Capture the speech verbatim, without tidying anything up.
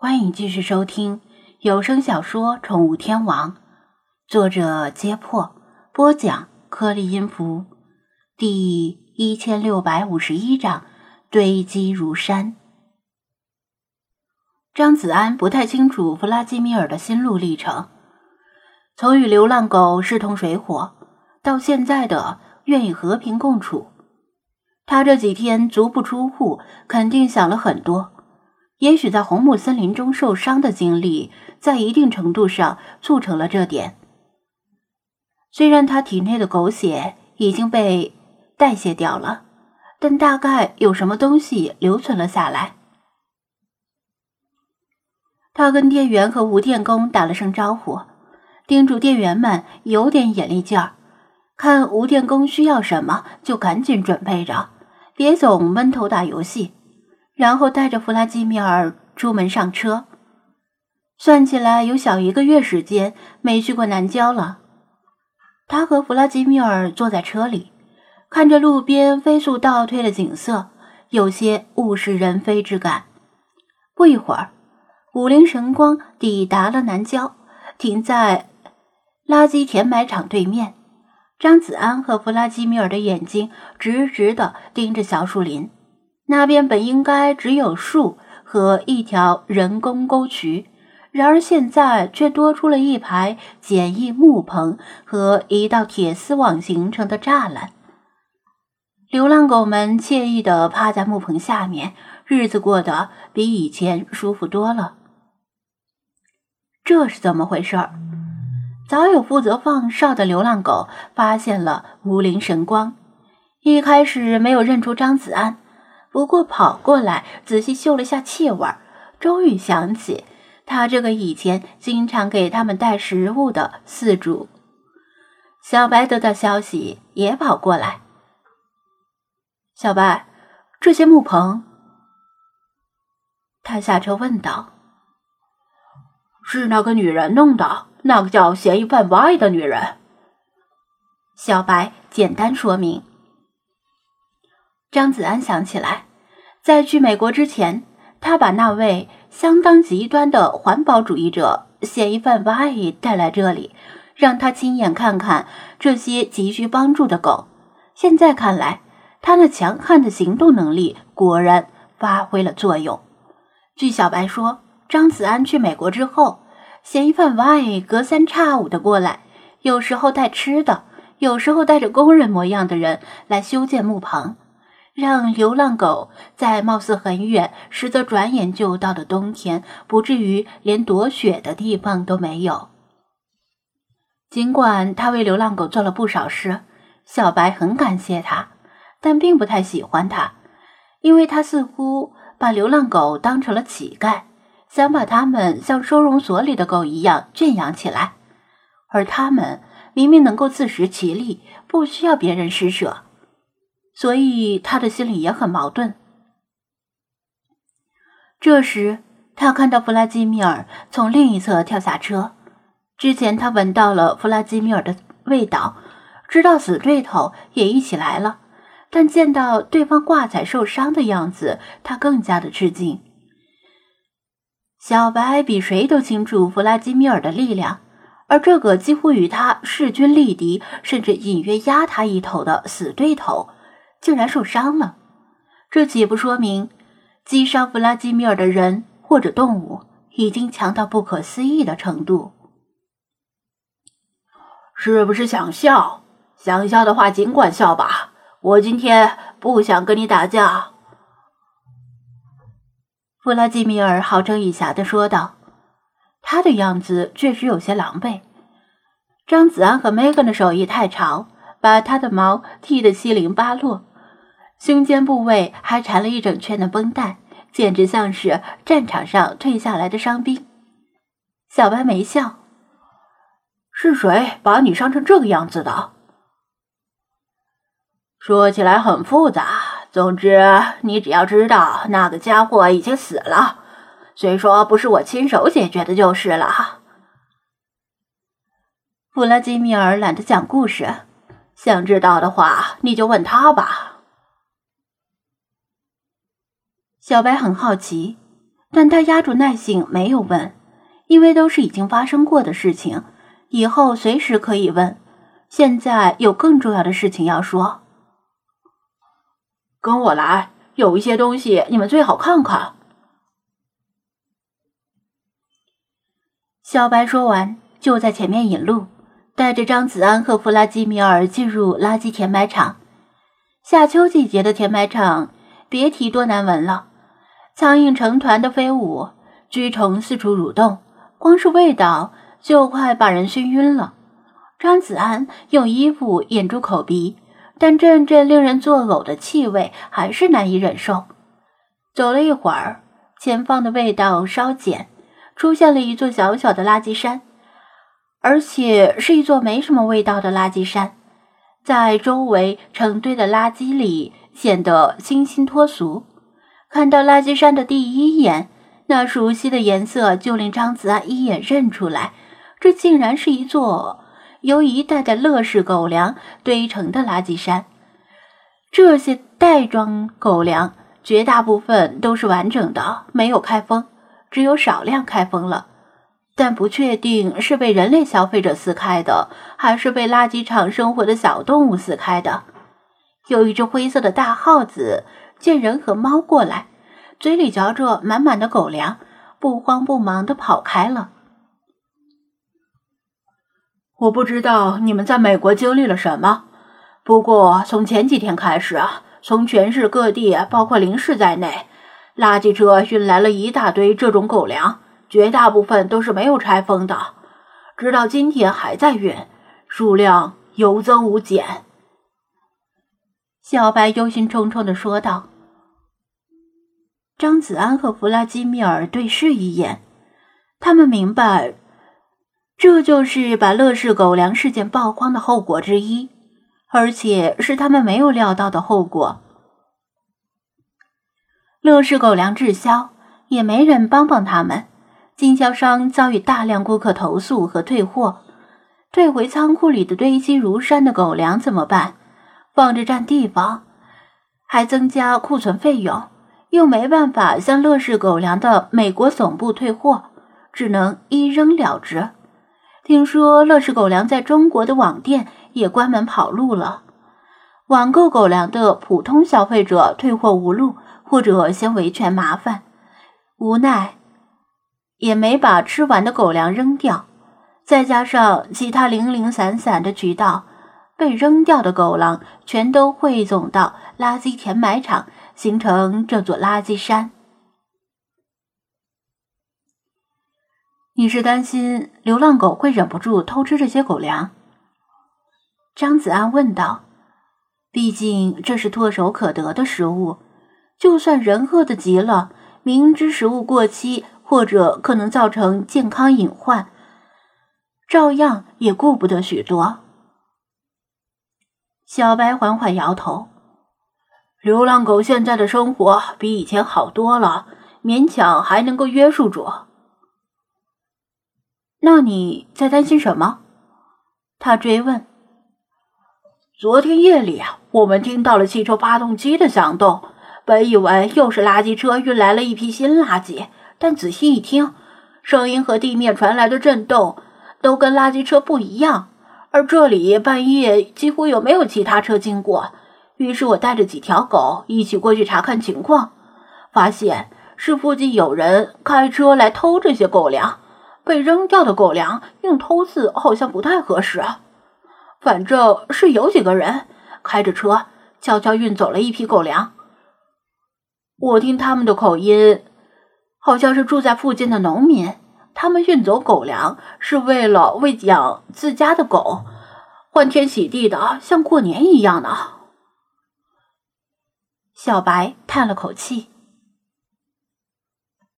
欢迎继续收听有声小说《宠物天王》，作者揭破，播讲颗粒音符，第一千六百五十一章堆积如山。张子安不太清楚弗拉基米尔的心路历程，从与流浪狗势同水火，到现在的愿意和平共处。他这几天足不出户，肯定想了很多。也许在红木森林中受伤的经历，在一定程度上促成了这点。虽然他体内的狗血已经被代谢掉了，但大概有什么东西留存了下来。他跟店员和吴电工打了声招呼，叮嘱店员们有点眼力劲儿，看吴电工需要什么就赶紧准备着，别总闷头打游戏。然后带着弗拉基米尔出门上车。算起来有小一个月时间没去过南郊了。他和弗拉基米尔坐在车里，看着路边飞速倒退的景色，有些物是人非之感。不一会儿，五菱神光抵达了南郊，停在垃圾填埋场对面。张子安和弗拉基米尔的眼睛直直地盯着小树林。那边本应该只有树和一条人工沟渠，然而现在却多出了一排简易木棚和一道铁丝网形成的栅栏。流浪狗们惬意地趴在木棚下面，日子过得比以前舒服多了。这是怎么回事儿？早有负责放哨的流浪狗发现了无灵神光，一开始没有认出张子安，不过跑过来仔细嗅了下气味，终于想起他这个以前经常给他们带食物的饲主。小白得到消息也跑过来。小白，这些木棚？他下车问道。是那个女人弄的，那个叫嫌疑犯 Y 的女人。小白简单说明。张子安想起来，在去美国之前，他把那位相当极端的环保主义者嫌疑犯 Y 带来这里，让他亲眼看看这些急需帮助的狗。现在看来，他那强悍的行动能力果然发挥了作用。据小白说，张子安去美国之后，嫌疑犯 Y 隔三差五的过来，有时候带吃的，有时候带着工人模样的人来修建木棚，让流浪狗在貌似很远实则转眼就到的冬天不至于连躲雪的地方都没有。尽管他为流浪狗做了不少事，小白很感谢他，但并不太喜欢他，因为他似乎把流浪狗当成了乞丐，想把它们像收容所里的狗一样圈养起来，而他们明明能够自食其力，不需要别人施舍。所以他的心里也很矛盾。这时他看到弗拉基米尔从另一侧跳下车，之前他闻到了弗拉基米尔的味道，知道死对头也一起来了，但见到对方挂彩受伤的样子，他更加的吃惊。小白比谁都清楚弗拉基米尔的力量，而这个几乎与他势均力敌，甚至隐约压他一头的死对头竟然受伤了，这岂不说明击伤弗拉基米尔的人或者动物已经强到不可思议的程度？是不是想笑？想笑的话尽管笑吧，我今天不想跟你打架。弗拉基米尔好整以暇地说道，他的样子确实有些狼狈。张子安和 Megan 的手艺太长，把他的毛剃得七零八落，胸肩部位还缠了一整圈的绷带，简直像是战场上退下来的伤兵。小白没笑。是谁把你伤成这个样子的？说起来很复杂，总之你只要知道那个家伙已经死了，虽说不是我亲手解决的就是了。弗拉基米尔懒得讲故事，想知道的话你就问他吧。小白很好奇， 但他压住耐性没有问，因为都是已经发生过的事情，以后随时可以问。现在有更重要的事情要说。跟我来，有一些东西你们最好看看。小白说完，就在前面引路，带着张子安和弗拉基米尔进入垃圾填埋场。夏秋季节的填埋场，别提多难闻了，苍蝇成团的飞舞，蛆虫四处蠕动，光是味道就快把人熏晕了。张子安用衣服掩住口鼻，但阵阵令人作呕的气味还是难以忍受。走了一会儿，前方的味道稍减，出现了一座小小的垃圾山，而且是一座没什么味道的垃圾山，在周围成堆的垃圾里显得清新脱俗。看到垃圾山的第一眼，那熟悉的颜色就令张子安一眼认出来，这竟然是一座由一袋袋乐事狗粮堆成的垃圾山。这些袋装狗粮绝大部分都是完整的，没有开封，只有少量开封了，但不确定是被人类消费者撕开的，还是被垃圾场生活的小动物撕开的。有一只灰色的大耗子见人和猫过来，嘴里嚼着满满的狗粮，不慌不忙地跑开了。我不知道你们在美国经历了什么，不过从前几天开始啊，从全市各地，包括林市在内，垃圾车运来了一大堆这种狗粮，绝大部分都是没有拆封的，直到今天还在运，数量有增无减。小白忧心忡忡地说道。张子安和弗拉基米尔对视一眼，他们明白这就是把乐事狗粮事件曝光的后果之一，而且是他们没有料到的后果。乐事狗粮滞销，也没人帮帮他们，经销商遭遇大量顾客投诉和退货，退回仓库里的堆积如山的狗粮怎么办？放着占地方，还增加库存费用，又没办法向乐事狗粮的美国总部退货，只能一扔了之。听说乐事狗粮在中国的网店也关门跑路了，网购狗粮的普通消费者退货无路，或者嫌维权麻烦，无奈也没把吃完的狗粮扔掉，再加上其他零零散散的渠道，被扔掉的狗粮全都汇总到垃圾填埋场，形成这座垃圾山。你是担心流浪狗会忍不住偷吃这些狗粮？张子安问道。毕竟这是唾手可得的食物，就算人饿得急了，明知食物过期或者可能造成健康隐患，照样也顾不得许多。小白缓缓摇头，流浪狗现在的生活比以前好多了，勉强还能够约束住。那你在担心什么？他追问。昨天夜里啊，我们听到了汽车发动机的响动，本以为又是垃圾车运来了一批新垃圾，但仔细一听，声音和地面传来的震动都跟垃圾车不一样，而这里半夜几乎有没有其他车经过，于是我带着几条狗一起过去查看情况，发现是附近有人开车来偷这些狗粮，被扔掉的狗粮用偷字好像不太合适，反正是有几个人开着车悄悄运走了一批狗粮。我听他们的口音，好像是住在附近的农民，他们运走狗粮是为了喂养自家的狗，欢天喜地的，像过年一样呢。小白叹了口气。